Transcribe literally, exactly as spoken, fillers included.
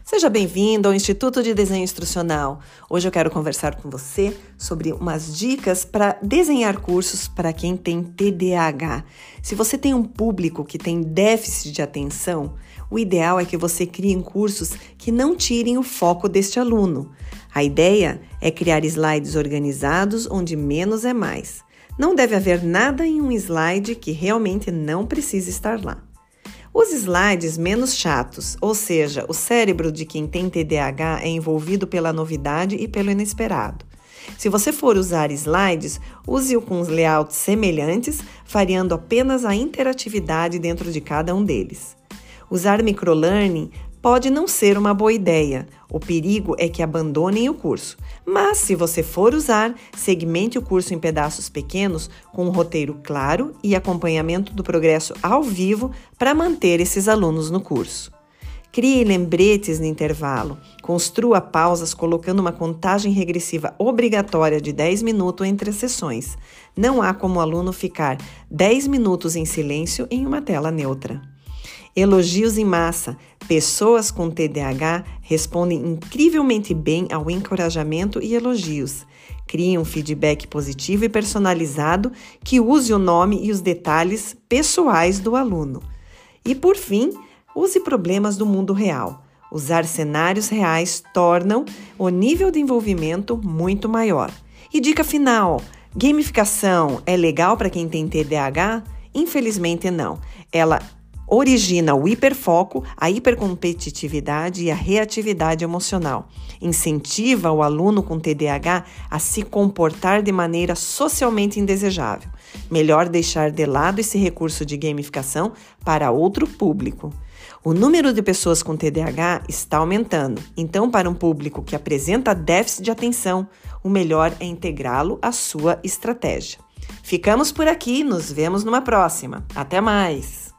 Seja bem-vindo ao Instituto de Desenho Instrucional. Hoje eu quero conversar com você sobre umas dicas para desenhar cursos para quem tem T D A H. Se você tem um público que tem déficit de atenção, o ideal é que você crie cursos que não tirem o foco deste aluno. A ideia é criar slides organizados onde menos é mais. Não deve haver nada em um slide que realmente não precise estar lá. Os slides menos chatos, ou seja, o cérebro de quem tem T D A H é envolvido pela novidade e pelo inesperado. Se você for usar slides, use-o com os layouts semelhantes, variando apenas a interatividade dentro de cada um deles. Usar microlearning pode não ser uma boa ideia. O perigo é que abandonem o curso. Mas, se você for usar, segmente o curso em pedaços pequenos com um roteiro claro e acompanhamento do progresso ao vivo para manter esses alunos no curso. Crie lembretes no intervalo. Construa pausas colocando uma contagem regressiva obrigatória de dez minutos entre as sessões. Não há como o aluno ficar dez minutos em silêncio em uma tela neutra. Elogios em massa. Pessoas com T D A H respondem incrivelmente bem ao encorajamento e elogios. Crie um feedback positivo e personalizado que use o nome e os detalhes pessoais do aluno. E, por fim, use problemas do mundo real. Usar cenários reais tornam o nível de envolvimento muito maior. E dica final: gamificação é legal para quem tem T D A H? Infelizmente não. Ela origina o hiperfoco, a hipercompetitividade e a reatividade emocional. Incentiva o aluno com T D A H a se comportar de maneira socialmente indesejável. Melhor deixar de lado esse recurso de gamificação para outro público. O número de pessoas com T D A H está aumentando, então para um público que apresenta déficit de atenção, o melhor é integrá-lo à sua estratégia. Ficamos por aqui, nos vemos numa próxima. Até mais!